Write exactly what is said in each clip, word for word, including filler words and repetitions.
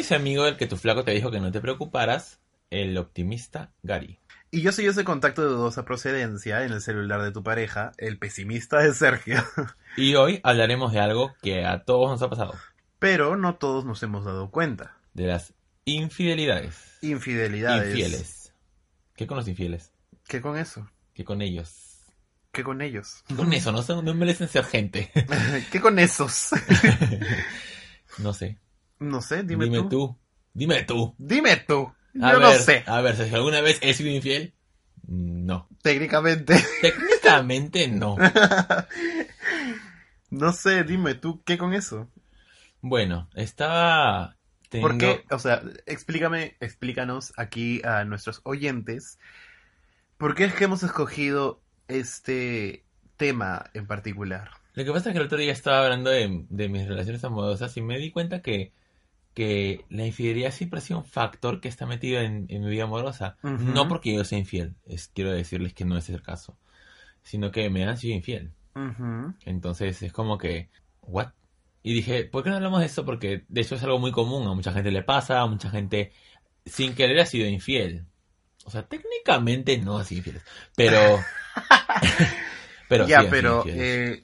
ese amigo del que tu flaco te dijo que no te preocuparas, el optimista Gary. Y yo soy ese contacto de dudosa procedencia en el celular de tu pareja, el pesimista de Sergio. Y hoy hablaremos de algo que a todos nos ha pasado. Pero no todos nos hemos dado cuenta. De las infidelidades. Infidelidades. Infieles. ¿Qué con los infieles? ¿Qué con eso? ¿Qué con ellos? ¿Qué con ellos? ¿Qué con eso? No, sé, no merecen ser gente. ¿Qué con esos? No sé. No sé, dime, Dime tú. tú. Dime tú. Dime tú. A Yo ver, no sé. A ver, si alguna vez he sido infiel, no. Técnicamente. Técnicamente no. No sé, dime tú, ¿qué con eso? Bueno, estaba teniendo... ¿Por qué? O sea, explícame, explícanos aquí a nuestros oyentes, ¿por qué es que hemos escogido este tema en particular? Lo que pasa es que el otro día estaba hablando de, de mis relaciones amorosas y me di cuenta que, que la infidelidad siempre ha sido un factor que está metido en, en mi vida amorosa. Ujú. No porque yo sea infiel, es, quiero decirles que no es el caso, sino que me han sido infiel. Ujú. Entonces es como que, ¿what? Y dije, ¿por qué no hablamos de esto? Porque de hecho es algo muy común, a mucha gente le pasa, a mucha gente sin querer ha sido infiel. O sea, técnicamente no ha sido infiel, pero... pero Ya, sí han sido pero... infieles. Eh,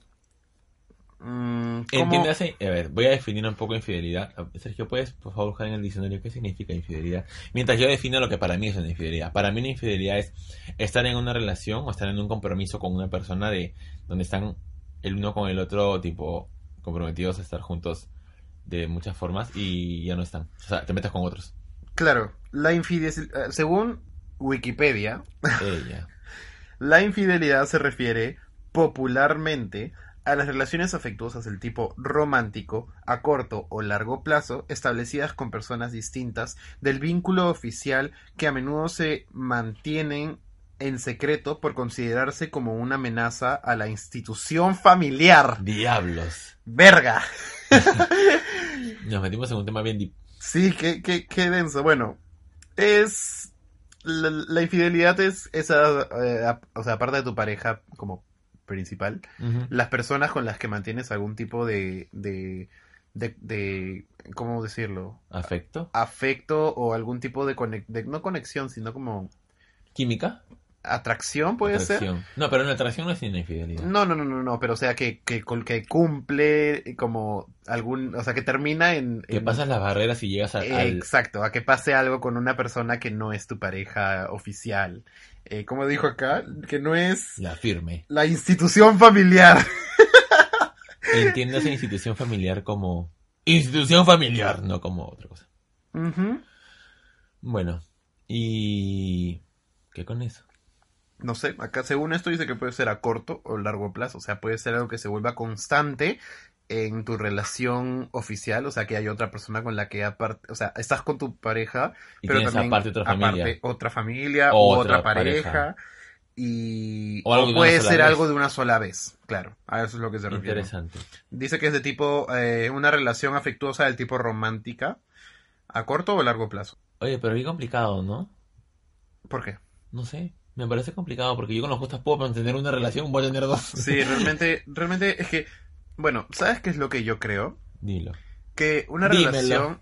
mm, ¿cómo? Entiéndase, a ver, voy a definir un poco infidelidad. Sergio, ¿puedes por favor buscar en el diccionario qué significa infidelidad? Mientras yo defino lo que para mí es una infidelidad. Para mí una infidelidad es estar en una relación o estar en un compromiso con una persona de donde están el uno con el otro, tipo, comprometidos a estar juntos de muchas formas y ya no están. O sea, te metes con otros. Claro, la infidelidad, según Wikipedia, Ella. la infidelidad se refiere popularmente a las relaciones afectuosas del tipo romántico, a corto o largo plazo, establecidas con personas distintas del vínculo oficial que a menudo se mantienen en secreto por considerarse como una amenaza a la institución familiar. Diablos. ¡Verga! Nos metimos en un tema bien deep. Sí, qué, qué, qué denso. Bueno, es... La, la infidelidad es esa, eh, a- o sea, aparte de tu pareja como principal, Ujú. las personas con las que mantienes algún tipo de, de, de, de ¿cómo decirlo? ¿Afecto? Afecto o algún tipo de, conec- de no conexión, sino como ¿Química? atracción, puede ser. Atracción. No, pero la atracción no es una infidelidad. No, no, no, no, no, pero o sea que, que, col- que cumple como algún, o sea que termina en... Que en- pasas las barreras y llegas a- al... Exacto, a que pase algo con una persona que no es tu pareja oficial. Eh, como dijo acá, que no es La firme. la institución familiar. Entiendas la institución familiar como... Institución familiar, no como otra cosa. Ujú. Bueno, y... ¿qué con eso? No sé, acá según esto dice que puede ser a corto o largo plazo, o sea, puede ser algo que se vuelva constante en tu relación oficial, o sea, que hay otra persona con la que aparte, o sea, estás con tu pareja, Y pero tienes también aparte otra familia. aparte otra familia O u otra otra pareja, pareja. y O algo de una puede sola ser vez. algo de una sola vez, claro, a eso es lo que se refiere. Interesante. Dice que es de tipo, eh, una relación afectuosa del tipo romántica, a corto o largo plazo. Oye, pero qué complicado, ¿no? ¿Por qué? No sé. Me parece complicado porque yo con los justas puedo mantener una relación, voy a tener dos. Sí, realmente, realmente es que, bueno, ¿sabes qué es lo que yo creo? Dilo. Que una Dímelo. relación...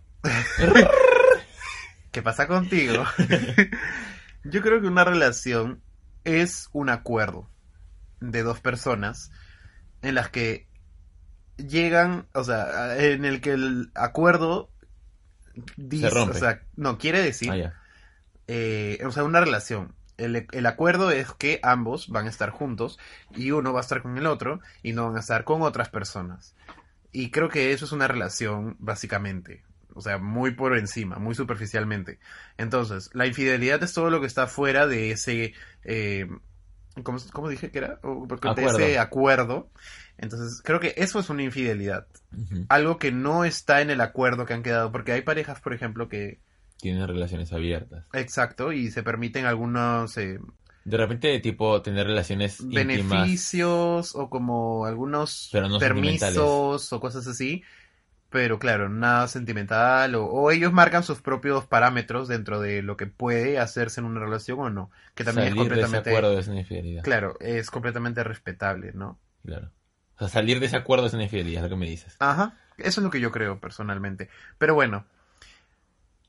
¿Qué pasa contigo? Yo creo que una relación es un acuerdo de dos personas en las que llegan, o sea, en el que el acuerdo dice, Se rompe. o sea, no, quiere decir, Ah, ya. eh, o sea, una relación. El, el acuerdo es que ambos van a estar juntos y uno va a estar con el otro y no van a estar con otras personas. Y creo que eso es una relación, básicamente. O sea, muy por encima, muy superficialmente. Entonces, la infidelidad es todo lo que está fuera de ese... Eh, ¿cómo, cómo dije que era? O- porque de Acuerdo. ese acuerdo. Entonces, creo que eso es una infidelidad. Ujú. Algo que no está en el acuerdo que han quedado. Porque hay parejas, por ejemplo, que... Tienen relaciones abiertas. Exacto, y se permiten algunos... eh, De repente, tipo, tener relaciones íntimas. beneficios o como algunos Pero no permisos o cosas así, pero claro, nada sentimental o, o ellos marcan sus propios parámetros dentro de lo que puede hacerse en una relación o no, que también Salir es de ese completamente, acuerdo es una infidelidad. claro, es completamente respetable, ¿no? Claro. O sea, salir de ese acuerdo es una infidelidad, es lo que me dices. Ajá, eso es lo que yo creo personalmente, pero bueno,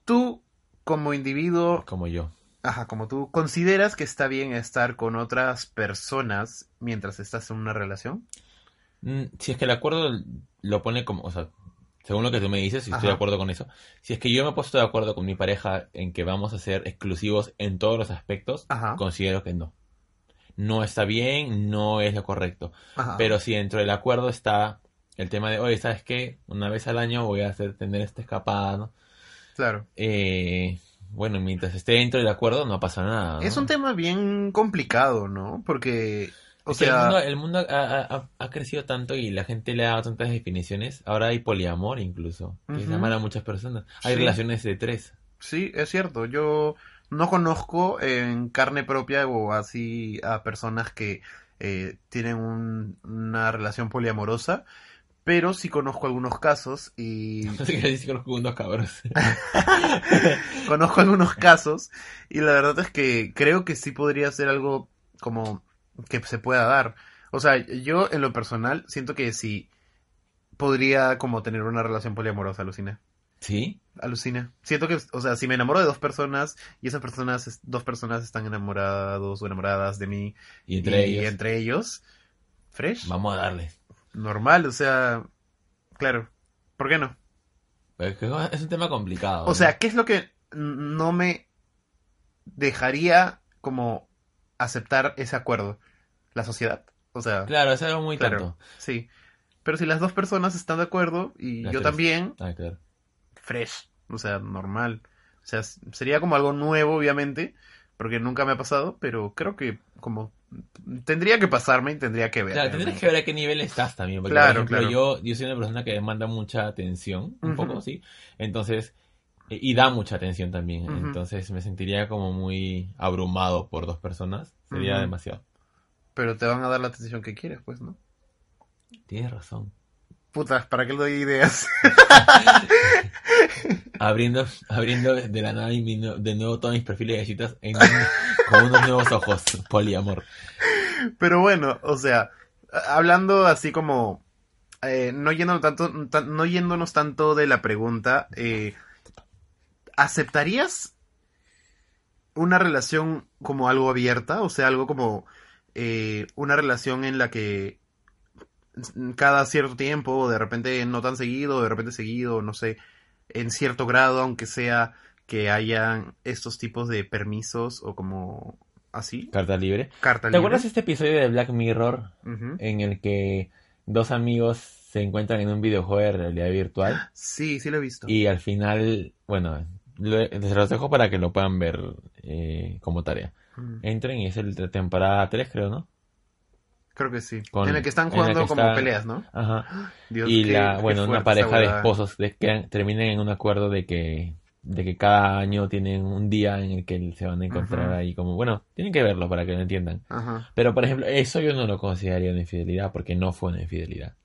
tú, como individuo, Como yo. ajá, como tú, ¿consideras que está bien estar con otras personas mientras estás en una relación? Mm, Si es que el acuerdo lo pone como, o sea, según lo que tú me dices, si estoy de Ajá. acuerdo con eso, si es que yo me he puesto de acuerdo con mi pareja en que vamos a ser exclusivos en todos los aspectos, Ajá. considero que no. No está bien, no es lo correcto. Ajá. Pero si dentro del acuerdo está el tema de, oye, ¿sabes qué? Una vez al año voy a hacer tener esta escapada, ¿no? Claro. Eh, bueno, mientras esté dentro del acuerdo no pasa nada, Es un ¿no? tema bien complicado, ¿no? Porque, o Es que el mundo, sea, el mundo ha, ha- ha crecido tanto y la gente le ha dado tantas definiciones. Ahora hay poliamor incluso, que es llamar ujú, a muchas personas. Hay sí, relaciones de tres. sí, es cierto. Yo no conozco en carne propia o así a personas que eh, tienen un- una relación poliamorosa, pero sí conozco algunos casos y No sé qué decir con los segundos cabros. conozco algunos casos y la verdad es que creo que sí podría ser algo como que se pueda dar. O sea, yo en lo personal siento que sí podría como tener una relación poliamorosa, alucina. ¿Sí? Alucina. Siento que, o sea, si me enamoro de dos personas y esas personas, es- dos personas están enamorados o enamoradas de mí Y entre y ellos, entre ellos, fresh, vamos a darle. normal, o sea, claro, ¿por qué no? Es que es un tema complicado, O ¿no? sea, ¿qué es lo que no me dejaría como aceptar ese acuerdo? La sociedad. O sea, Claro, es algo muy claro, tonto. sí. Pero si las dos personas están de acuerdo y Las yo tres. también, Ah, claro. fresh, o sea, normal. O sea, s- sería como algo nuevo, obviamente, porque nunca me ha pasado, pero creo que como tendría que pasarme y tendría que ver Claro, tendrías que realmente. ver a qué nivel estás también, porque por Claro, ejemplo claro. yo, yo soy una persona que demanda mucha atención, un poco, Ujú, ¿sí? Entonces, eh, y da mucha atención también, ujú, entonces me sentiría como muy abrumado por dos personas, sería ujú. demasiado. Pero te van a dar la atención que quieres, pues, ¿no? Tienes razón. Putas, ¿para qué le doy ideas? Abriendo, abriendo de la nada y mi nue- de nuevo todos mis perfiles de citas en un- con unos nuevos ojos, poliamor. Pero bueno, o sea, a- hablando así como eh, no yéndonos tanto, tan- no yéndonos tanto de la pregunta, eh, ¿aceptarías una relación como algo abierta? O sea, algo como eh, una relación en la que cada cierto tiempo, o de repente no tan seguido, o de repente seguido, no sé, en cierto grado, aunque sea que hayan estos tipos de permisos o como así, Carta libre. carta ¿Te acuerdas libre. de este episodio de Black Mirror Ujú. en el que dos amigos se encuentran en un videojuego de realidad virtual? Sí, sí lo he visto. Y al final, bueno, lo- se los dejo para que lo puedan ver eh, como tarea. Mm, Entren y es el de temporada tres, creo, ¿no? creo que sí. Con, En el que están en la que jugando como está, peleas, ¿no? ajá. Dios, Y qué, la, qué bueno, una fuerte esa pareja de huevada. esposos de que terminen en un acuerdo de que, de que cada año tienen un día en el que se van a encontrar Ujú, ahí como, bueno, tienen que verlo para que lo entiendan. ajá. Pero, por ejemplo, eso yo no lo consideraría una infidelidad porque no fue una infidelidad.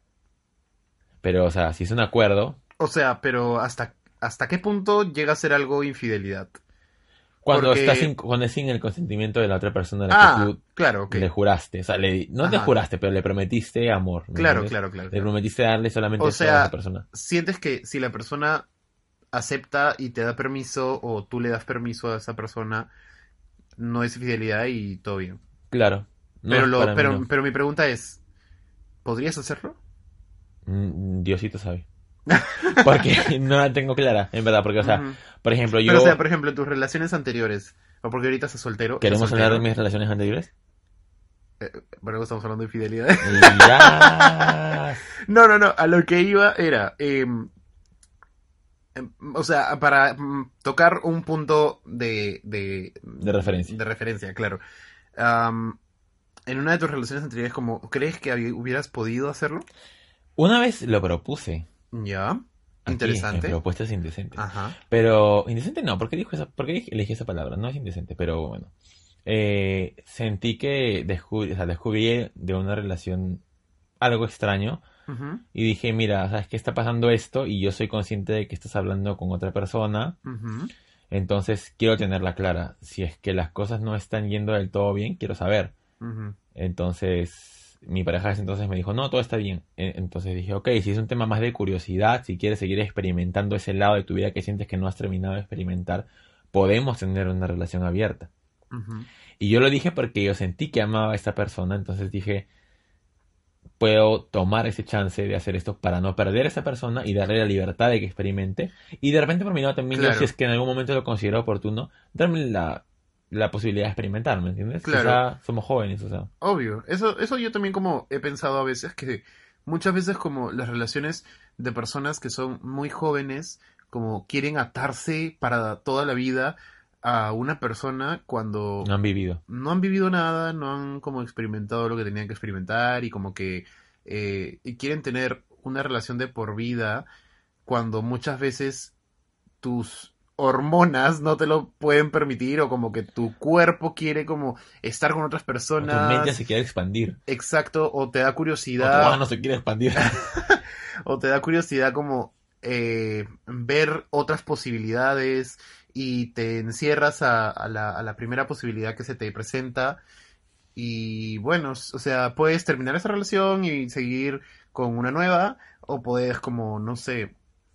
Pero, o sea, si es un acuerdo, O sea, pero ¿hasta, hasta qué punto llega a ser algo infidelidad? cuando estás sin, Porque... cuando es sin el consentimiento de la otra persona a la que Ah, tú claro, ok. le juraste, o sea, le, no le Ajá. juraste, pero le prometiste amor, ¿me Claro, entiendes? claro, claro, Le claro. prometiste darle solamente O eso a esa sea, persona. sientes que si la persona acepta y te da permiso o tú le das permiso a esa persona, no es infidelidad y todo bien. Claro, no Pero es lo, para mí pero, no. pero mi pregunta es, ¿podrías hacerlo? Mm, Diosito sabe. Porque no la tengo clara, en verdad, porque, o sea, Ujú. por ejemplo, Pero o sea, yo... por ejemplo, en tus relaciones anteriores, o porque ahorita estás soltero, estás ¿Queremos hablar de soltero, mis relaciones anteriores? eh, bueno, estamos hablando de infidelidad. Y ya... No, no, no, a lo que iba era, eh, em, o sea, para mm, tocar un punto de, de, De referencia. de referencia, claro. Am, en una de tus relaciones anteriores, como, ¿crees que habi- hubieras podido hacerlo? Una vez lo propuse. Ya, Aquí, en interesante. propuestas indecentes. Ajá. Pero, indecente no, ¿por qué dijo esa, por qué elegí esa palabra? No es indecente, pero bueno. Eh, sentí que descubrí, o sea, descubrí de una relación algo extraño Ujú, y dije, mira, ¿sabes qué está pasando esto? Y yo soy consciente de que estás hablando con otra persona, ujú, entonces quiero tenerla clara. Si es que las cosas no están yendo del todo bien, quiero saber. ujú. Entonces, mi pareja entonces me dijo, no, todo está bien. E- Entonces dije, ok, si es un tema más de curiosidad, si quieres seguir experimentando ese lado de tu vida que sientes que no has terminado de experimentar, podemos tener una relación abierta. Ujú. Y yo lo dije porque yo sentí que amaba a esta persona, entonces dije, puedo tomar ese chance de hacer esto para no perder a esa persona y darle la libertad de que experimente. Y de repente por mi lado también yo, si Claro, es que en algún momento lo considero oportuno, darme la, la posibilidad de experimentar, ¿me entiendes? claro, Quizá somos jóvenes, o sea. obvio. Eso, eso yo también como he pensado a veces que muchas veces como las relaciones de personas que son muy jóvenes, como quieren atarse para toda la vida a una persona cuando No han vivido. no han vivido nada, no han como experimentado lo que tenían que experimentar y como que eh, y quieren tener una relación de por vida cuando muchas veces tus hormonas no te lo pueden permitir o como que tu cuerpo quiere como estar con otras O tu mente personas, se quiere expandir. exacto, o te da O tu curiosidad, mano se quiere expandir. o te da curiosidad como eh, ver otras posibilidades y te encierras a, a la, a la primera posibilidad que se te presenta y bueno, s- o sea, puedes terminar esa relación y seguir con una nueva o puedes como, no sé,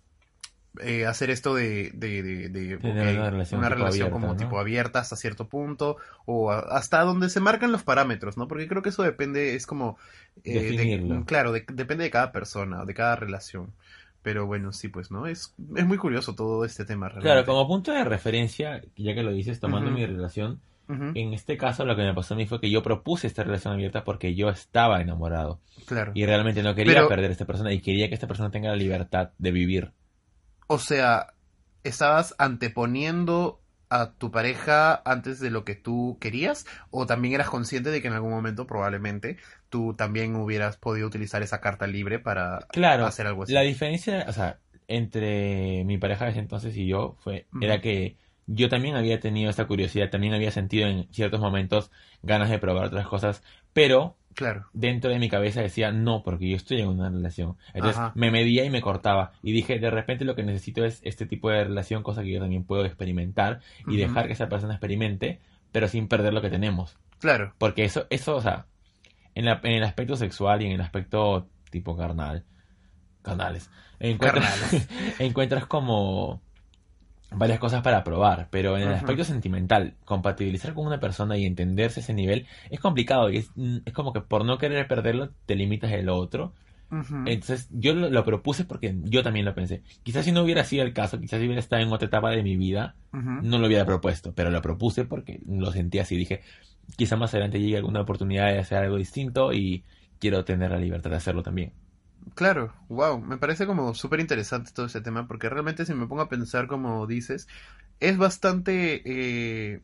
eh, hacer esto de, de, de, de, ok, Tener una relación una tipo relación abierta, como tipo ¿no? abierta hasta cierto punto o a- hasta donde se marcan los parámetros, ¿no? Porque creo que eso depende, es como, eh, de, mm, Definirlo. claro, de- depende de cada persona, de cada relación. Pero bueno, sí, pues, ¿no? Es, es muy curioso todo este tema Claro, realmente. como punto de referencia, ya que lo dices, tomando Ujú, mi relación, ujú, en este caso lo que me pasó a mí fue que yo propuse esta relación abierta porque yo estaba enamorado claro. y realmente no quería Pero, perder a esta persona y quería que esta persona tenga la libertad de vivir. o sea, ¿estabas anteponiendo a tu pareja antes de lo que tú querías? ¿O también eras consciente de que en algún momento probablemente tú también hubieras podido utilizar esa carta libre para Claro, hacer algo la así? diferencia, o sea, entre mi pareja de ese entonces y yo fue, era Ujú, que yo también había tenido esta curiosidad, también había sentido en ciertos momentos ganas de probar otras cosas, pero claro. dentro de mi cabeza decía no, porque yo estoy en una relación. Entonces Ajá. me medía y me cortaba. Y dije, de repente lo que necesito es este tipo de relación, cosa que yo también puedo experimentar y Ujú, dejar que esa persona experimente, pero sin perder lo que tenemos. claro. Porque eso, eso, o sea, en, la- en el aspecto sexual y en el aspecto tipo carnal, carnales, encuentras, Carnales. encuentras como varias cosas para probar, pero en el Ujú, aspecto sentimental, compatibilizar con una persona y entenderse ese nivel es complicado y es, mm, es como que por no querer perderlo te limitas de lo otro. ujú, Entonces yo lo, lo propuse porque yo también lo pensé. Quizás si no hubiera sido el caso, quizás si hubiera estado en otra etapa de mi vida, ujú. no lo hubiera propuesto, pero lo propuse porque lo sentí así. Dije, quizás más adelante llegue alguna oportunidad de hacer algo distinto y quiero tener la libertad de hacerlo también. Claro, wow, me parece como súper interesante todo ese tema porque realmente si me pongo a pensar como dices, es bastante, eh,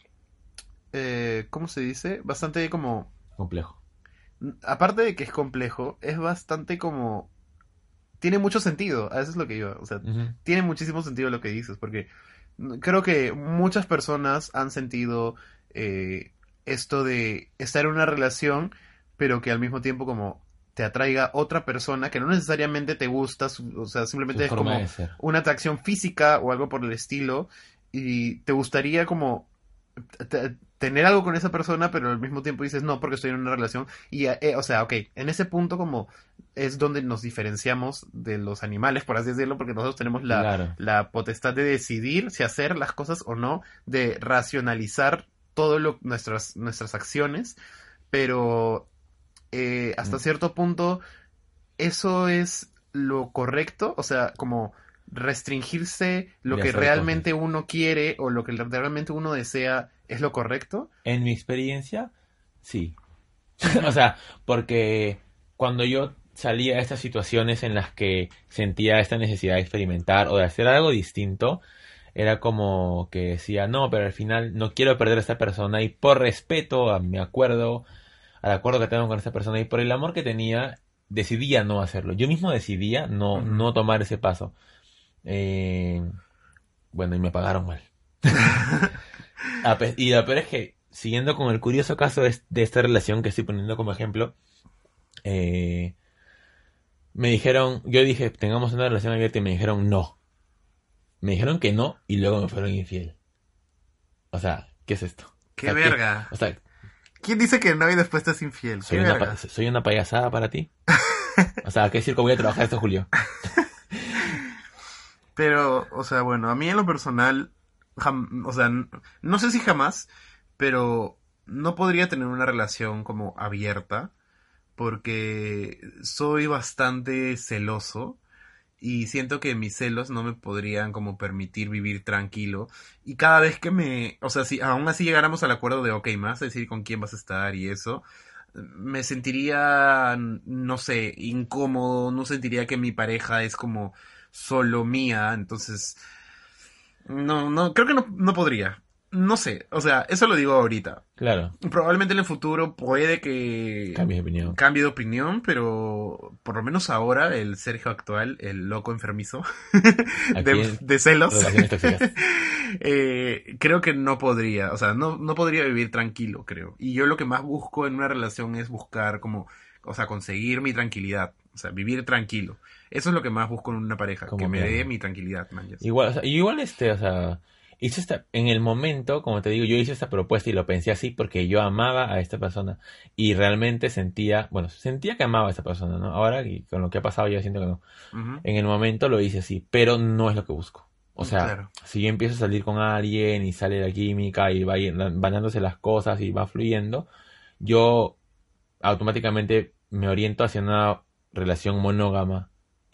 eh, ¿cómo se dice? Bastante como, Complejo. aparte de que es complejo, es bastante como, tiene mucho sentido, a eso es lo que yo, o sea, Ujú. tiene muchísimo sentido lo que dices porque mm, creo que muchas personas han sentido eh, esto de estar en una relación, pero que al mismo tiempo como te atraiga otra persona que no necesariamente te gusta, su- o sea, Su simplemente es forma como de ser. una atracción física o algo por el estilo, y te gustaría como te- tener algo con esa persona, pero al mismo tiempo dices no porque estoy en una relación y eh, o sea, ok, en ese punto como es donde nos diferenciamos de los animales, por así decirlo, porque nosotros tenemos la, Claro. la potestad de decidir si hacer las cosas o no, de racionalizar todo lo nuestras nuestras acciones, pero eh, hasta Mm, cierto punto eso es lo correcto, o sea, como restringirse lo de que hacer realmente cosas. uno quiere o lo que realmente uno desea es lo correcto. En mi experiencia, sí. O Ujú, sea, porque cuando yo salía de estas situaciones en las que sentía esta necesidad de experimentar o de hacer algo distinto, era como que decía, no, pero al final no quiero perder a esta persona y por respeto a mi acuerdo, al acuerdo que tengo con esta persona y por el amor que tenía, decidía no hacerlo. Yo mismo decidía no, ujú. no tomar ese paso. Eh, bueno, y me pagaron mal. A pe- y lo peor es que, siguiendo con el curioso caso de, de esta relación que estoy poniendo como ejemplo, eh, me dijeron, yo dije, tengamos una relación abierta y me dijeron no. Me dijeron que no y luego me fueron infiel. O sea, ¿qué es esto? O Qué sea, ¿qué? verga. O sea, ¿Quién dice que no y después te es infiel? ¿Soy ¿Qué una, verga? pa- ¿Soy una payasada para ti? O sea, ¿qué circo voy a trabajar esto, Julio? Pero, o sea, bueno, a mí en lo personal, jam- o sea, n- no sé si jamás, pero no podría tener una relación como abierta porque soy bastante celoso y siento que mis celos no me podrían como permitir vivir tranquilo y cada vez que me, o sea, si aún así llegáramos al acuerdo de, ok, me vas a decir con quién vas a estar y eso, me sentiría, no sé, incómodo, no sentiría que mi pareja es como solo mía, entonces no, no, creo que no, no podría. No sé, o sea, eso lo digo ahorita. Claro, Probablemente en el futuro puede que cambies de opinión. cambie de opinión, pero por lo menos ahora el Sergio actual, el loco enfermizo Aquí de, en de celos, relaciones tóxicas. eh, creo que no podría, o sea, no, no podría vivir tranquilo, creo. Y yo lo que más busco en una relación es buscar como, o sea, conseguir mi tranquilidad, o sea, vivir tranquilo. Eso es lo que más busco en una pareja, que Como me dé mierda. mi tranquilidad, man. Yes. Igual, o sea, igual este, o sea, hice esta, en el momento, como te digo, yo hice esta propuesta y lo pensé así porque yo amaba a esta persona y realmente sentía, bueno, sentía que amaba a esta persona, ¿no? Ahora, y con lo que ha pasado, yo siento que no. Ujú, En el momento lo hice así, pero no es lo que busco. O sea, claro, si yo empiezo a salir con alguien y sale la química y va, y- van dándose las cosas y va fluyendo, yo automáticamente me oriento hacia una relación monógama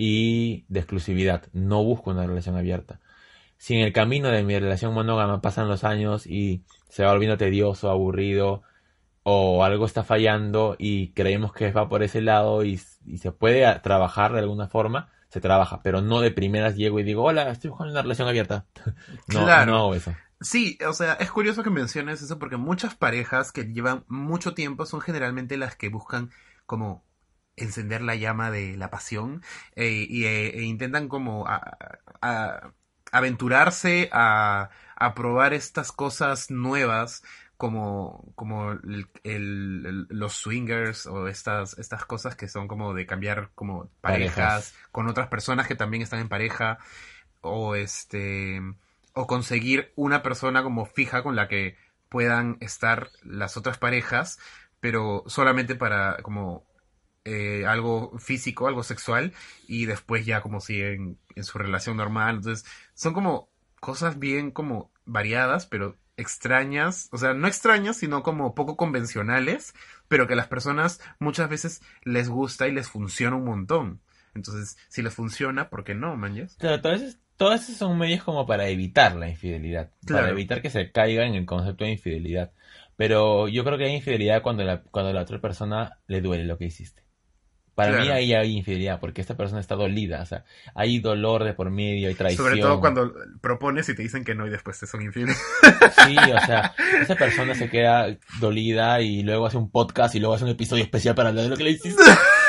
y de exclusividad. No busco una relación abierta. Si en el camino de mi relación monógama pasan los años y se va volviendo tedioso, aburrido, o algo está fallando y creemos que va por ese lado y, y se puede a- trabajar de alguna forma, se trabaja, pero no de primeras llego y digo, hola, estoy buscando una relación abierta. No, no claro. hago eso. Sí, o sea, es curioso que menciones eso porque muchas parejas que llevan mucho tiempo son generalmente las que buscan como encender la llama de la pasión eh, y, eh, e intentan como a- a- aventurarse a, a probar estas cosas nuevas como, como el- el- el- los swingers o estas, estas cosas que son como de cambiar como parejas Parejas. con otras personas que también están en pareja o este o conseguir una persona como fija con la que puedan estar las otras parejas, pero solamente para como eh, algo físico, algo sexual, y después ya como siguen en su relación normal. Entonces, son como cosas bien como variadas, pero extrañas, o sea, no extrañas, sino como poco convencionales, pero que a las personas muchas veces les gusta y les funciona un montón. Entonces, si les funciona, ¿por qué no, man? Yes? Claro, todas esas, todas esas son medios como para evitar la infidelidad, para Claro, evitar que se caiga en el concepto de infidelidad. Pero yo creo que hay infidelidad cuando la, cuando a la otra persona le duele lo que hiciste. Para mí claro. ahí hay infidelidad, porque esta persona está dolida, o sea, hay dolor de por medio, hay Sobre todo traición. cuando propones y te dicen que no y después te son infieles. Sí, o sea, esa persona se queda dolida y luego hace un podcast y luego hace un episodio especial para hablar de lo que le hiciste.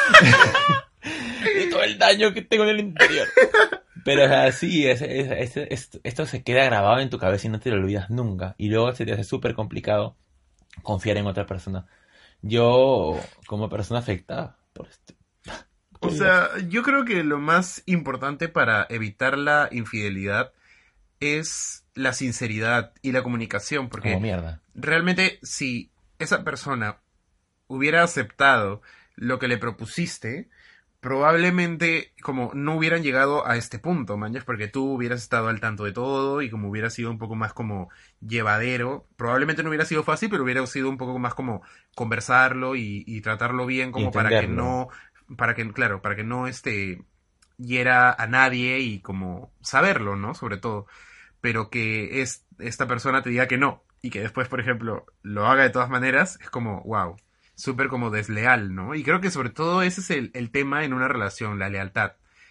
Y todo el daño que tengo en el interior. Pero o sea, sí, es, es- es- es- esto se queda grabado en tu cabeza y no te lo olvidas nunca. Y luego se te hace súper complicado confiar en otra persona. Yo, como persona afectada por esto. O sea, yo creo que lo más importante para evitar la infidelidad es la sinceridad y la comunicación, Como porque mierda. realmente si esa persona hubiera aceptado lo que le propusiste, probablemente como no hubieran llegado a este punto, mañas, porque tú hubieras estado al tanto de todo y como hubiera sido un poco más como llevadero, probablemente no hubiera sido fácil, pero hubiera sido un poco más como conversarlo y, y tratarlo bien Y como para que entenderlo. no, para que, claro, para que no este hiera a nadie y como saberlo, ¿no? Sobre todo, pero que es, esta persona te diga que no y que después, por ejemplo, lo haga de todas maneras, es como, wow, súper como desleal, ¿no? Y creo que sobre todo ese es el, el tema en una relación, la lealtad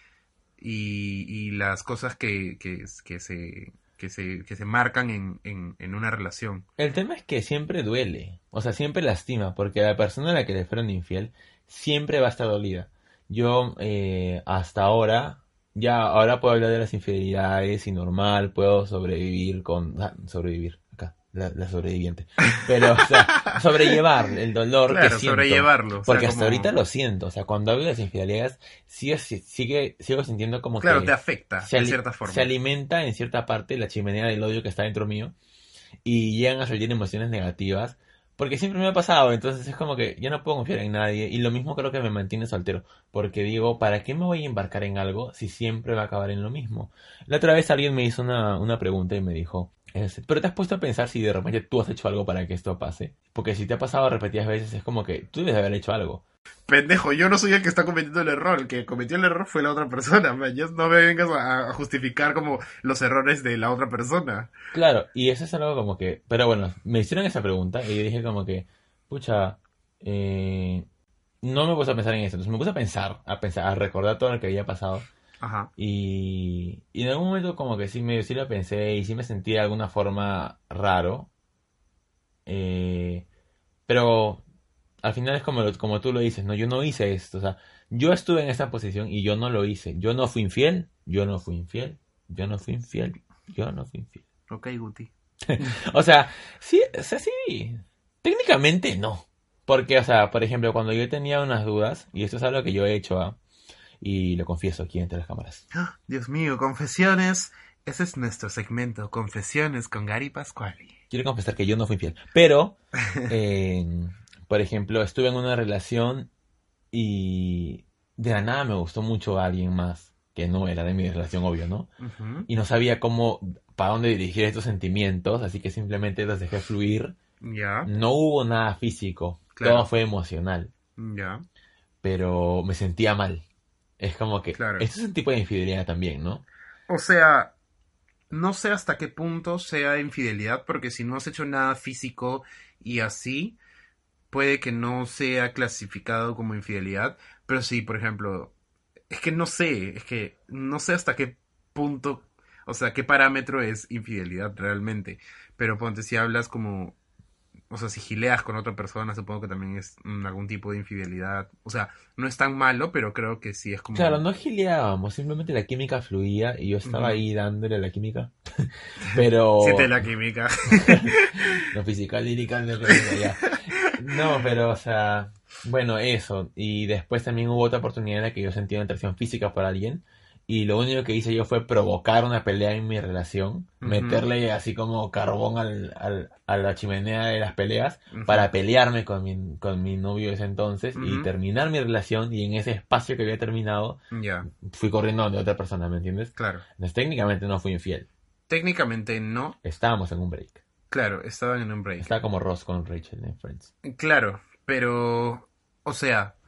y, y las cosas que, que, que se, que, se, que se marcan en, en, en una relación. El tema es que siempre duele, o sea, siempre lastima, porque la persona a la que le fueron infiel siempre va a estar dolida. Yo eh, hasta ahora, ya ahora puedo hablar de las infidelidades y normal, puedo sobrevivir con... ah, sobrevivir, acá, la, la sobreviviente. Pero, o sea, sobrellevar el dolor que Claro, siento, sobrellevarlo, o sea, porque hasta ahorita como, lo siento, o sea, cuando hablo de las infidelidades, sigo, sigue, sigo sintiendo como claro, te que afecta se, de ali- cierta se forma. alimenta en cierta parte la chimenea del odio que está dentro mío y llegan a salir emociones negativas Porque siempre me ha pasado, entonces es como que yo no puedo confiar en nadie. Y lo mismo creo que me mantiene soltero. Porque digo, ¿para qué me voy a embarcar en algo si siempre va a acabar en lo mismo? La otra vez alguien me hizo una, una pregunta y me dijo, es, ¿pero te has puesto a pensar si de repente tú has hecho algo para que esto pase? Porque si te ha pasado repetidas veces es como que tú debes haber hecho algo. Pendejo, yo no soy el que está cometiendo el error. El que cometió el error fue la otra persona. Man. Ya no me vengas a, a justificar como los errores de la otra persona. Claro, y eso es algo como que... Pero bueno, me hicieron esa pregunta y yo dije como que, pucha, eh, no me puse a pensar en eso. Entonces me puse a pensar, a pensar, a recordar todo lo que había pasado. Ajá. Y, y en algún momento como que sí, me, sí lo pensé y sí me sentí de alguna forma raro. Eh, pero al final es como, lo- como tú lo dices, ¿no? Yo no hice esto. O sea, yo estuve en esa posición y yo no lo hice. Yo no fui infiel, yo no fui infiel, yo no fui infiel, yo no fui infiel. Ok, Guti. O sea, sí, o sea, sí. Técnicamente no. Porque, o sea, por ejemplo, cuando yo tenía unas dudas, y esto es algo que yo he hecho, ¿ah? Y lo confieso aquí entre las cámaras. Ah, Dios mío, confesiones. Ese es nuestro segmento, Confesiones con Gary Pasquali. Quiero confesar que yo no fui infiel. Pero, eh, por ejemplo, estuve en una relación y de la nada me gustó mucho a alguien más, que no era de mi relación, obvio, ¿no? Ujú. Y no sabía cómo, para dónde dirigir estos sentimientos, así que simplemente los dejé fluir. Ya, No hubo nada físico, Claro. todo fue emocional, ya, pero me sentía mal. Es como que, Claro. esto es un tipo de infidelidad también, ¿no? O sea, no sé hasta qué punto sea infidelidad, porque si no has hecho nada físico y así, puede que no sea clasificado como infidelidad. Pero sí, por ejemplo, es que no sé, es que no sé hasta qué punto, o sea, qué parámetro es infidelidad realmente. Pero ponte, si hablas como, o sea, si gileas con otra persona, supongo que también es mm, algún tipo de infidelidad. O sea, no es tan malo, pero creo que sí es como... Claro, no gileábamos, simplemente la química fluía y yo estaba Ujú. ahí dándole a la química. Pero... Siente la química. No física, lírica, no química, ya. No, pero, o sea, bueno, eso. Y después también hubo otra oportunidad en la que yo sentí una atracción física por alguien. Y lo único que hice yo fue provocar una pelea en mi relación. Ujú. Meterle así como carbón al, al- a la chimenea de las peleas. Ujú. Para pelearme con mi, con mi novio de ese entonces. Y Ujú. terminar mi relación. Y en ese espacio que había terminado, Ya, fui corriendo donde otra persona, ¿me entiendes? claro. Entonces técnicamente no fui infiel. Técnicamente no. Estábamos en un break. Claro, estaban en un break. Estaba como Ross con Rachel en Friends. Claro, pero... O sea...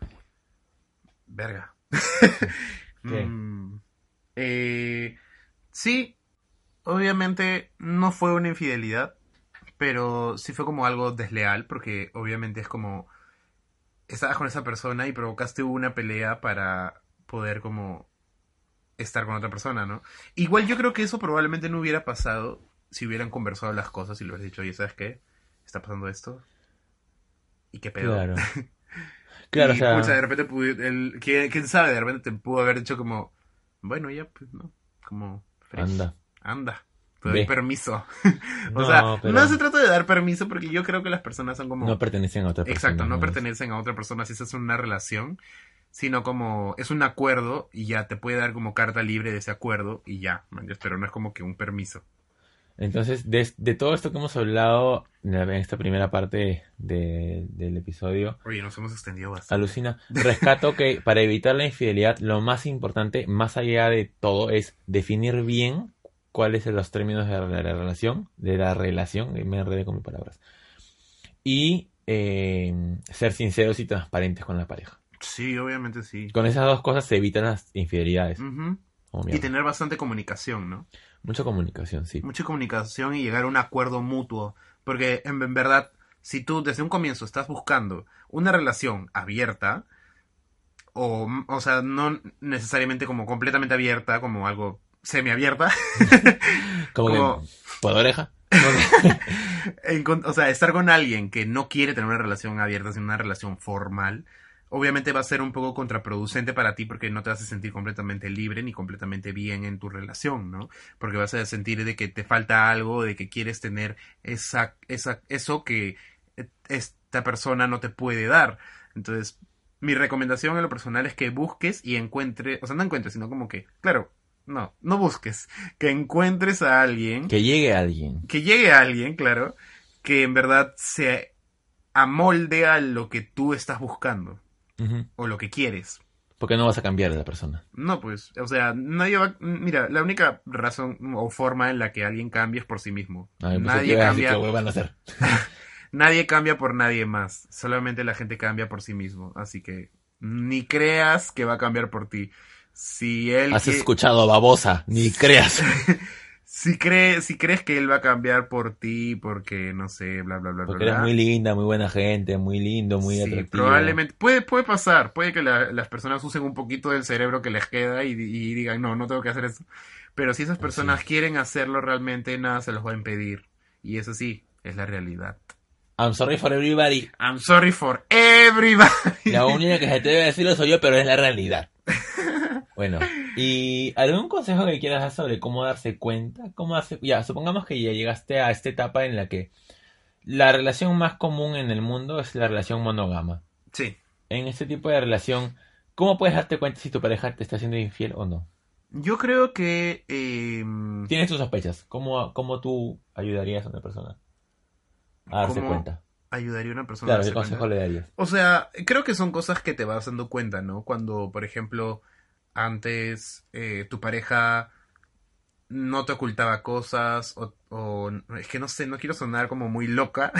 Verga. ¿Qué? Mm, eh, sí, obviamente no fue una infidelidad, pero sí fue como algo desleal, porque obviamente es como... Estabas con esa persona y provocaste una pelea para poder como estar con otra persona, ¿no? Igual yo creo que eso probablemente no hubiera pasado si hubieran conversado las cosas y le hubieras dicho, oye, ¿sabes qué? Está pasando esto. ¿Y qué pedo? Claro. Claro, o Y sea, pucha, de repente, pudi- el, ¿quién, quién sabe? De repente te pudo haber dicho como, bueno, ya, pues, ¿no? Como, fresh. anda. Anda, te doy Ve. permiso. O No, sea, pero no se trata de dar permiso porque yo creo que las personas son como... no pertenecen a otra persona. Exacto, no es. pertenecen a otra persona si estás en una relación, sino como es un acuerdo y ya te puede dar como carta libre de ese acuerdo y ya, man, ya, pero no es como que un permiso. Entonces, de, de todo esto que hemos hablado en la- en esta primera parte de- del episodio, Oye, nos hemos extendido bastante. alucina, rescato que para evitar la infidelidad, lo más importante, más allá de todo, es definir bien cuáles son los términos de la, la relación, de la relación, y me enredé con mis palabras, y eh, ser sinceros y transparentes con la pareja. Sí, obviamente sí. Con esas dos cosas se evitan las infidelidades. Ujú. Oh, Y mierda. tener bastante comunicación, ¿no? Mucha comunicación, sí. Mucha comunicación y llegar a un acuerdo mutuo. Porque en, en verdad, si tú desde un comienzo estás buscando una relación abierta, o, o sea, no necesariamente como completamente abierta, como algo semiabierta, Como, como- que, ¿por oreja? encon- o sea, estar con alguien que no quiere tener una relación abierta, sino una relación formal, obviamente va a ser un poco contraproducente para ti porque no te vas a sentir completamente libre ni completamente bien en tu relación, ¿no? Porque vas a sentir de que te falta algo, de que quieres tener esa, esa, eso que esta persona no te puede dar. Entonces, mi recomendación en lo personal es que busques y encuentres, o sea, no encuentres, sino como que, claro, no, no busques, que encuentres a alguien Que llegue alguien. que llegue alguien, claro, que en verdad se amolde a lo que tú estás buscando Ujú. o lo que quieres. Porque no vas a cambiar de la persona. No, pues, o sea, nadie va... Mira, la única razón o forma en la que alguien cambia es por sí mismo. A mí me Nadie que cambia... que lo vuelvan a hacer. Nadie cambia por nadie más. Solamente la gente cambia por sí mismo. Así que ni creas que va a cambiar por ti. Si él... Has que- escuchado, babosa. Ni creas. Si, cree, si crees que él va a cambiar por ti porque, no sé, bla, bla, bla, Porque bla, eres bla. muy linda, muy buena gente, muy lindo, muy Sí, atractivo. probablemente, puede, puede pasar, puede que la- las personas usen un poquito del cerebro que les queda y, y digan, no, no tengo que hacer eso. Pero si esas personas Sí. quieren hacerlo realmente, nada se los va a impedir. Y eso sí, es la realidad. I'm sorry for everybody. I'm sorry for everybody. La única que se te debe decirlo soy yo, pero es la realidad. Bueno, ¿y algún consejo que quieras dar sobre cómo darse cuenta? ¿Cómo darse... Ya, supongamos que ya llegaste a esta etapa en la que la relación más común en el mundo es la relación monógama. Sí, En este tipo de relación, ¿cómo puedes darte cuenta si tu pareja te está haciendo infiel o no? yo creo que... eh, Tienes tus sospechas. ¿Cómo, cómo tú ayudarías a una persona a darse ¿Cómo cuenta? ayudaría a una persona a Claro, darse ¿qué consejo cuenta? le darías? O sea, creo que son cosas que te vas dando cuenta, ¿no? Cuando, por ejemplo, antes eh, tu pareja no te ocultaba cosas o, o- es que no sé, no quiero sonar como muy loca,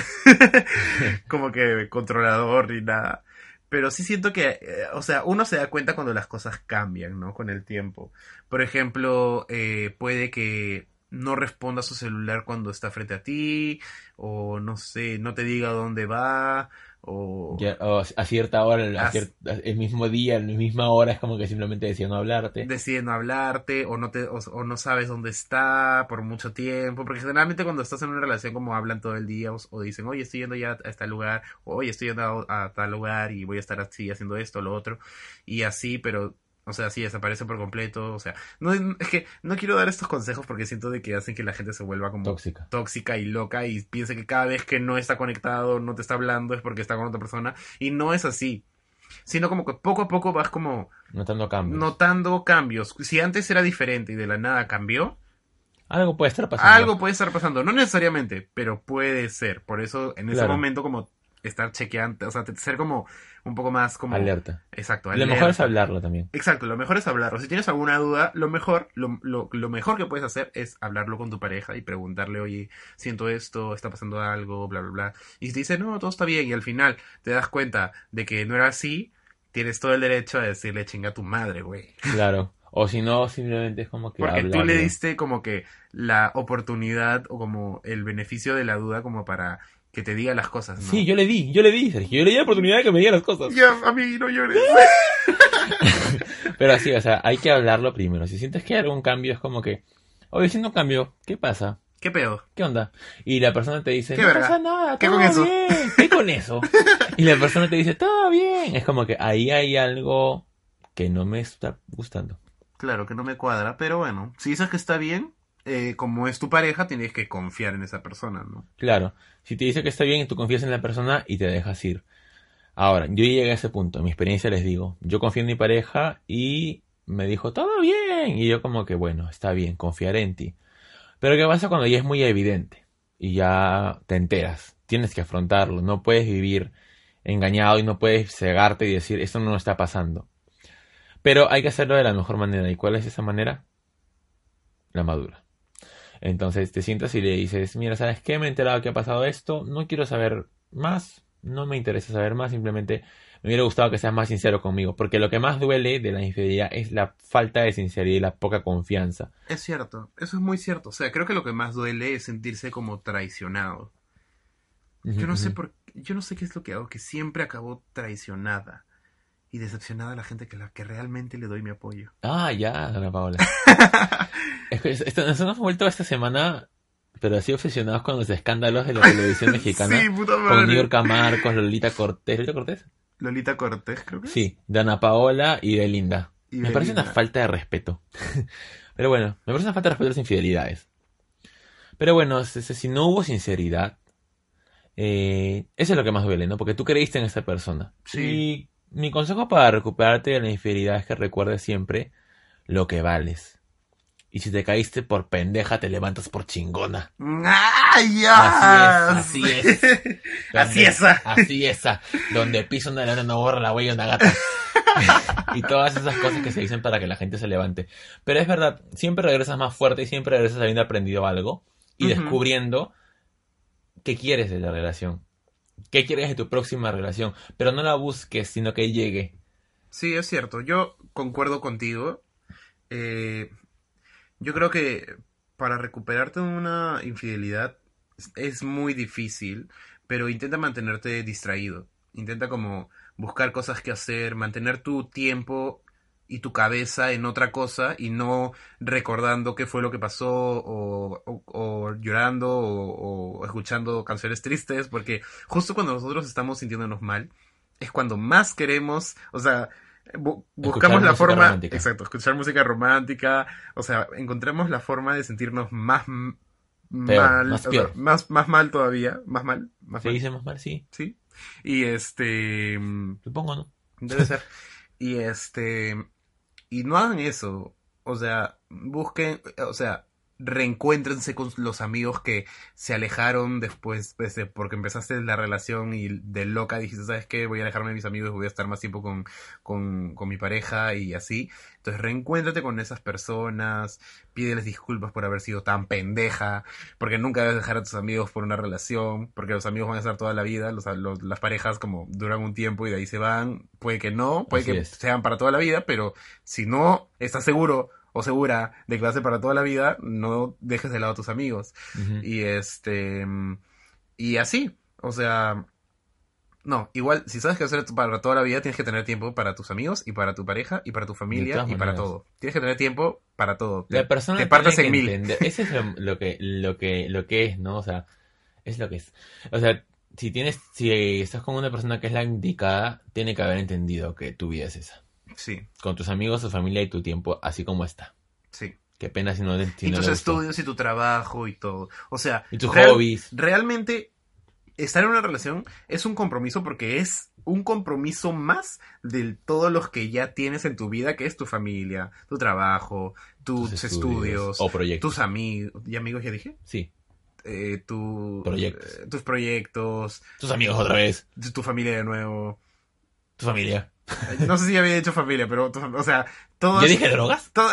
como que controlador ni nada, pero sí siento que, eh, o sea, uno se da cuenta cuando las cosas cambian, ¿no? Con el tiempo. Por ejemplo, eh, puede que no responda a su celular cuando está frente a ti, o no sé, no te diga dónde va, o... Ya, o a cierta hora, a As- cier- el mismo día, en la misma hora, es como que simplemente decía no hablarte. decide no hablarte o no te o, o no sabes dónde está por mucho tiempo, porque generalmente cuando estás en una relación como hablan todo el día o, o dicen, oye, estoy yendo ya a este lugar, o oye, estoy yendo a, a tal lugar y voy a estar así haciendo esto, lo otro, y así, pero o sea, sí, desaparece por completo, o sea, no es que no quiero dar estos consejos porque siento de que hacen que la gente se vuelva como Tóxica. tóxica y loca y piense que cada vez que no está conectado, no te está hablando es porque está con otra persona, y no es así, sino como que poco a poco vas como Notando cambios. notando cambios. Si antes era diferente y de la nada cambió, Algo puede estar pasando. algo puede estar pasando. No necesariamente, pero puede ser. Por eso, en ese Claro. momento, como estar chequeando, o sea, ser como un poco más como... Alerta. Exacto, Lo alerta. mejor es hablarlo también. Exacto, lo mejor es hablarlo. Si tienes alguna duda, lo mejor, lo, lo, lo mejor que puedes hacer es hablarlo con tu pareja y preguntarle, oye, siento esto, está pasando algo, bla, bla, bla. Y si te dice, no, todo está bien, y al final te das cuenta de que no era así, tienes todo el derecho a decirle, chinga a tu madre, güey. Claro. O si no, simplemente es como que Porque tú hablarlo. le diste como que la oportunidad o como el beneficio de la duda como para que te diga las cosas, ¿no? Sí, yo le di, yo le di, Sergio. Yo le di la oportunidad de que me diga las cosas. Ya, a mí no llores. Pero así, o sea, hay que hablarlo primero. Si sientes que hay algún cambio, es como que, oye, siento un cambio, ¿qué pasa? ¿Qué pedo? ¿Qué onda? Y la persona te dice, ¿Qué no verga? pasa nada, ¿Qué todo con eso? bien, ¿qué con eso? Y la persona te dice, todo bien. Es como que ahí hay algo que no me está gustando. Claro que no me cuadra, pero bueno, si dices que está bien, eh, como es tu pareja, tienes que confiar en esa persona, ¿no? Claro, si te dice que está bien, tú confías en la persona y te dejas ir. Ahora, yo llegué a ese punto, en mi experiencia les digo, yo confío en mi pareja y me dijo, todo bien. Y yo como que, bueno, está bien, confiaré en ti. Pero ¿qué pasa cuando ya es muy evidente? Y ya te enteras, tienes que afrontarlo, no puedes vivir engañado y no puedes cegarte y decir, esto no está pasando. Pero hay que hacerlo de la mejor manera. ¿Y cuál es esa manera? La madura. Entonces te sientas y le dices, mira, ¿sabes qué? Me he enterado que ha pasado esto, no quiero saber más, no me interesa saber más, simplemente me hubiera gustado que seas más sincero conmigo, porque lo que más duele de la infidelidad es la falta de sinceridad y la poca confianza. Es cierto, eso es muy cierto. O sea, creo que lo que más duele es sentirse como traicionado. Yo no sé por yo no sé qué es lo que hago, que siempre acabo traicionada y decepcionada a la gente que la que realmente le doy mi apoyo. Ah, ya, Ana Paola. Es que esto, nos hemos vuelto esta semana, pero así obsesionados con los escándalos de la televisión mexicana. Sí, puta Con madre. Niurka Marcos, Lolita Cortés. ¿Lolita Cortés? Lolita Cortés, creo que. Sí, de Ana Paola y de Linda. Y Me de parece una Linda. falta de respeto. Pero bueno, me parece una falta de respeto a las infidelidades. Pero bueno, si, si no hubo sinceridad, eh, eso es lo que más duele, ¿no? Porque tú creíste en esa persona. Sí. Y mi consejo para recuperarte de la infidelidad es que recuerdes siempre lo que vales. Y si te caíste por pendeja, te levantas por chingona. ¡Ay, ya! Así es, así es. Así es. Así es. Donde pisa una lana no borra la huella de una gata. Y todas esas cosas que se dicen para que la gente se levante. Pero es verdad, siempre regresas más fuerte y siempre regresas habiendo aprendido algo y Uh-huh. descubriendo qué quieres de la relación. ¿Qué quieres de tu próxima relación? Pero no la busques, sino que llegue. Sí, es cierto. Yo concuerdo contigo. Eh, yo creo que para recuperarte de una infidelidad es- es muy difícil, pero intenta mantenerte distraído. Intenta como buscar cosas que hacer, mantener tu tiempo y tu cabeza en otra cosa y no recordando qué fue lo que pasó o, o- o llorando o, o escuchando canciones tristes, porque justo cuando nosotros estamos sintiéndonos mal es cuando más queremos, o sea, bu- buscamos Escuchar la música forma, romántica. exacto, escuchar música romántica, o sea, encontremos la forma de sentirnos más m- Peor, mal, más o sea, peor. más, más mal todavía, más mal, más ¿Se mal, dice más mal? Sí, ¿sí? Y este, mm, supongo, ¿no? debe ser. Y este, y no hagan eso. O sea, busquen, o sea, reencuéntrense con los amigos que se alejaron después, pues, de- porque empezaste la relación y de loca dijiste, ¿sabes qué? Voy a alejarme de mis amigos, voy a estar más tiempo con, con, con mi pareja y así. Entonces, reencuéntrate con esas personas, pídeles disculpas por haber sido tan pendeja, porque nunca debes dejar a tus amigos por una relación, porque los amigos van a estar toda la vida, los, los- las parejas como duran un tiempo y de ahí se van, puede que no, puede Así que es. sean para toda la vida, pero si no estás seguro o segura de que va a ser para toda la vida, no dejes de lado a tus amigos. Ujú. Y este, mm, y así, o sea, no, igual, si sabes que va a ser para toda la vida, tienes que tener tiempo para tus amigos y para tu pareja y para tu De familia todas y para maneras. todo. Tienes que tener tiempo para todo. Te, La persona te tiene partes que en mil. entender. Eso es lo, lo que, lo que, lo que es, ¿no? O sea, es lo que es. O sea, si tienes, si estás con una persona que es la indicada, tiene que haber entendido que tu vida es esa. Sí, Con tus amigos, tu familia y tu tiempo, así como está. sí. Qué pena si no, le- si Y no tus le gustó. estudios y tu trabajo y todo. O sea, Y tus real- hobbies. realmente estar en una relación es un compromiso porque es un compromiso más de todos los que ya tienes en tu vida, que es tu familia, tu trabajo, tus, Tus estudios, estudios o proyectos. tus amigos. ¿Y amigos ya dije? Sí, Eh, tu, Proyectos. eh, tus proyectos, tus amigos otra vez. tu, tu familia de nuevo. Tu familia. Eh, No sé si ya había dicho familia, pero, tu- o sea, todas, ¿Yo dije drogas? to-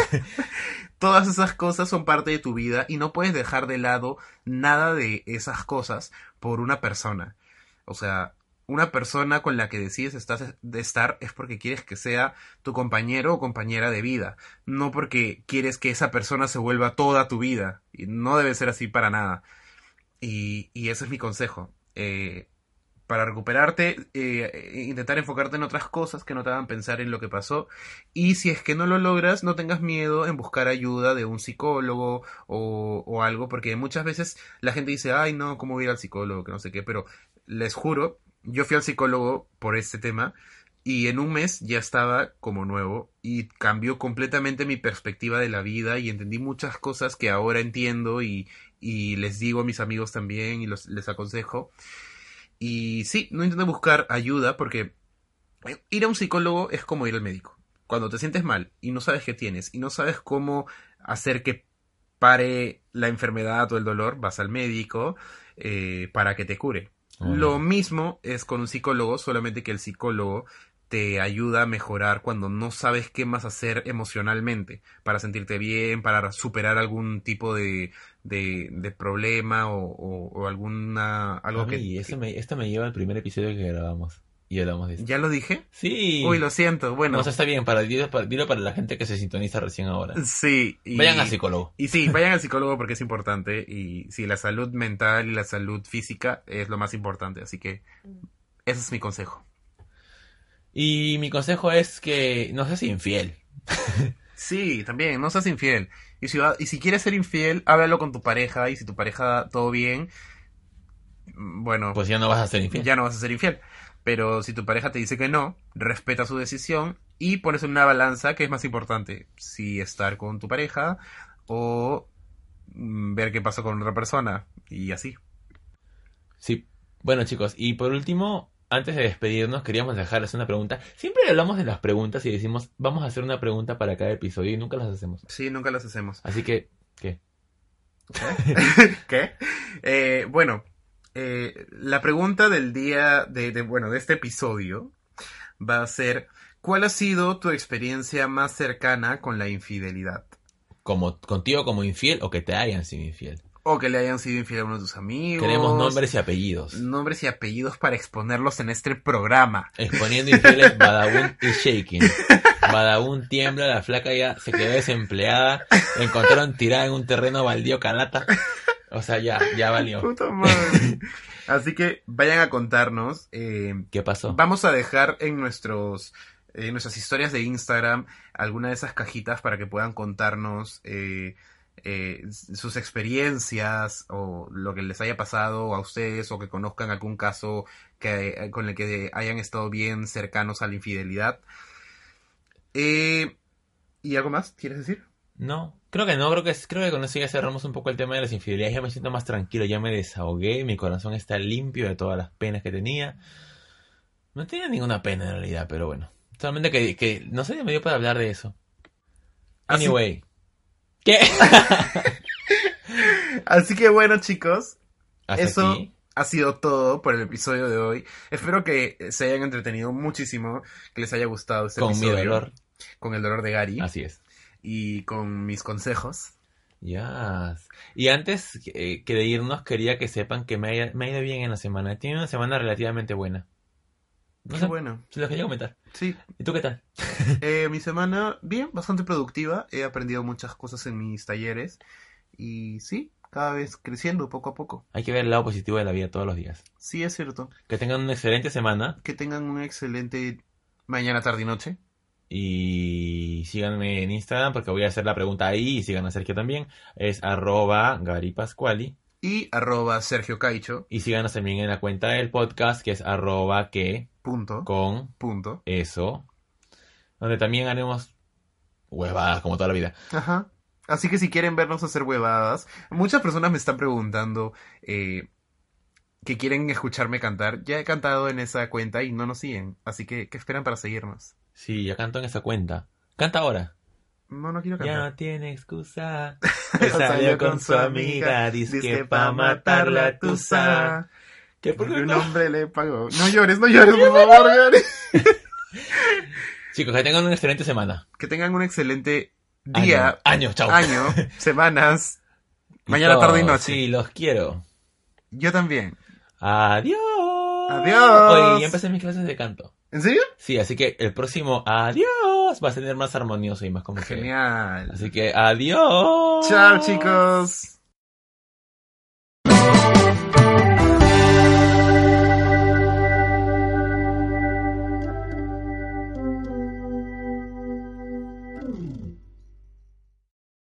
todas esas cosas son parte de tu vida y no puedes dejar de lado nada de esas cosas por una persona. O sea, una persona con la que decides estás- de estar es porque quieres que sea tu compañero o compañera de vida, no porque quieres que esa persona se vuelva toda tu vida. Y no debe ser así para nada. Y, y ese es mi consejo. Eh, para recuperarte, eh, intentar enfocarte en otras cosas que no te hagan pensar en lo que pasó. Y si es que no lo logras, no tengas miedo en buscar ayuda de un psicólogo o, o algo, porque muchas veces la gente dice, ay, no, ¿cómo voy a ir al psicólogo? Que no sé qué, pero les juro, yo fui al psicólogo por este tema y en un mes ya estaba como nuevo y cambió completamente mi perspectiva de la vida y entendí muchas cosas que ahora entiendo y, y les digo a mis amigos también y los, les aconsejo. Y sí, no intentes buscar ayuda porque ir a un psicólogo es como ir al médico. Cuando te sientes mal y no sabes qué tienes y no sabes cómo hacer que pare la enfermedad o el dolor, vas al médico eh, para que te cure. Oh, Lo no. mismo es con un psicólogo, solamente que el psicólogo te ayuda a mejorar cuando no sabes qué más hacer emocionalmente para sentirte bien, para superar algún tipo de, de, de problema o, o, o alguna algo que, Mami, eso que- me, esto me lleva al primer episodio que grabamos. Y hablamos de esto. ¿Ya lo dije? Sí. Uy, lo siento, bueno. No, o sea, está bien, para, dilo, para, dilo para la gente que se sintoniza recién ahora. Sí. Y, Vayan al psicólogo. Y sí, vayan al psicólogo porque es importante. Y sí, la salud mental y la salud física es lo más importante. Así que ese es mi consejo. Y mi consejo es que no seas infiel. Sí, también, no seas infiel. Y si, va- y si quieres ser infiel, háblalo con tu pareja. Y si tu pareja todo bien, mm, bueno, Pues ya no vas a ser infiel. ya no vas a ser infiel. Pero si tu pareja te dice que no, respeta su decisión y pones en una balanza qué es más importante, si estar con tu pareja o mm, ver qué pasa con otra persona y así. Sí. Bueno, chicos, y por último, antes de despedirnos, queríamos dejarles una pregunta. Siempre hablamos de las preguntas y decimos, vamos a hacer una pregunta para cada episodio y nunca las hacemos. Sí, nunca las hacemos. Así que, ¿qué? ¿Qué? ¿Qué? Eh, bueno, eh, la pregunta del día, de, de, bueno, de este episodio va a ser, ¿cuál ha sido tu experiencia más cercana con la infidelidad? Como contigo como infiel o que te hayan sido infiel. O que le hayan sido infiel a uno de tus amigos. Queremos nombres y apellidos. Nombres y apellidos para exponerlos en este programa. Exponiendo infieles, Badabun y Shaking. Badabun tiembla, la flaca ya se quedó desempleada. La encontraron tirada en un terreno baldío calata. O sea, ya, ya valió. Puta madre. Así que vayan a contarnos. Eh, ¿Qué pasó? Vamos a dejar en nuestros en nuestras historias de Instagram alguna de esas cajitas para que puedan contarnos eh, eh, sus experiencias o lo que les haya pasado a ustedes o que conozcan algún caso que, con el que hayan estado bien cercanos a la infidelidad. Eh, ¿Y algo más quieres decir? No, creo que no, creo que, creo que con eso ya cerramos un poco el tema de las infidelidades, ya me siento más tranquilo, ya me desahogué, mi corazón está limpio de todas las penas que tenía. No tenía ninguna pena en realidad, pero bueno, solamente que, que no sé, me dio para hablar de eso. Anyway. ¿Qué? Así que bueno, chicos, Hasta eso aquí. ha sido todo por el episodio de hoy. Espero que se hayan entretenido muchísimo, que les haya gustado este Con mi episodio. dolor. Con el dolor de Gary. Así es. Y con mis consejos. Ya. Y antes eh, que de irnos, quería que sepan que me, haya, me ha ido bien en la semana. He tenido una semana relativamente buena. No Qué sé, bueno. se los quería comentar. Sí. ¿Y tú qué tal? Eh, mi semana, bien, bastante productiva. He aprendido muchas cosas en mis talleres. Y sí, cada vez creciendo poco a poco. Hay que ver el lado positivo de la vida todos los días. Sí, es cierto. Que tengan una excelente semana. Que tengan una excelente mañana, tarde y noche. Y síganme en Instagram porque voy a hacer la pregunta ahí. Y sigan a Sergio también. Es arroba Gary Pascuali. Y arroba Sergio Caicho. Y síganos también en la cuenta del podcast que es arroba que Punto. con Punto. eso. Donde también haremos huevadas como toda la vida. Ajá. Así que si quieren vernos hacer huevadas, muchas personas me están preguntando eh, que quieren escucharme cantar. Ya he cantado en esa cuenta y no nos siguen. Así que, ¿qué esperan para seguirnos? Sí, ya canto en esa cuenta. Canta ahora. No, no quiero Ya cantar. no tiene excusa. Salió con su amiga. Dice que pa' matar la tusa. ¿Qué por Porque qué un no? hombre le pagó. No llores, no llores, por favor, Gary. Chicos, que tengan una excelente semana. Que tengan un excelente día, Año, año, chao. año, semanas, Y mañana, todo. tarde y noche. Sí, los quiero. Yo también. Adiós. Adiós. Oye, ya empecé mis clases de canto. ¿En serio? Sí, así que el próximo adiós va a ser más armonioso y más como que... Genial. Así que adiós. Chao, chicos.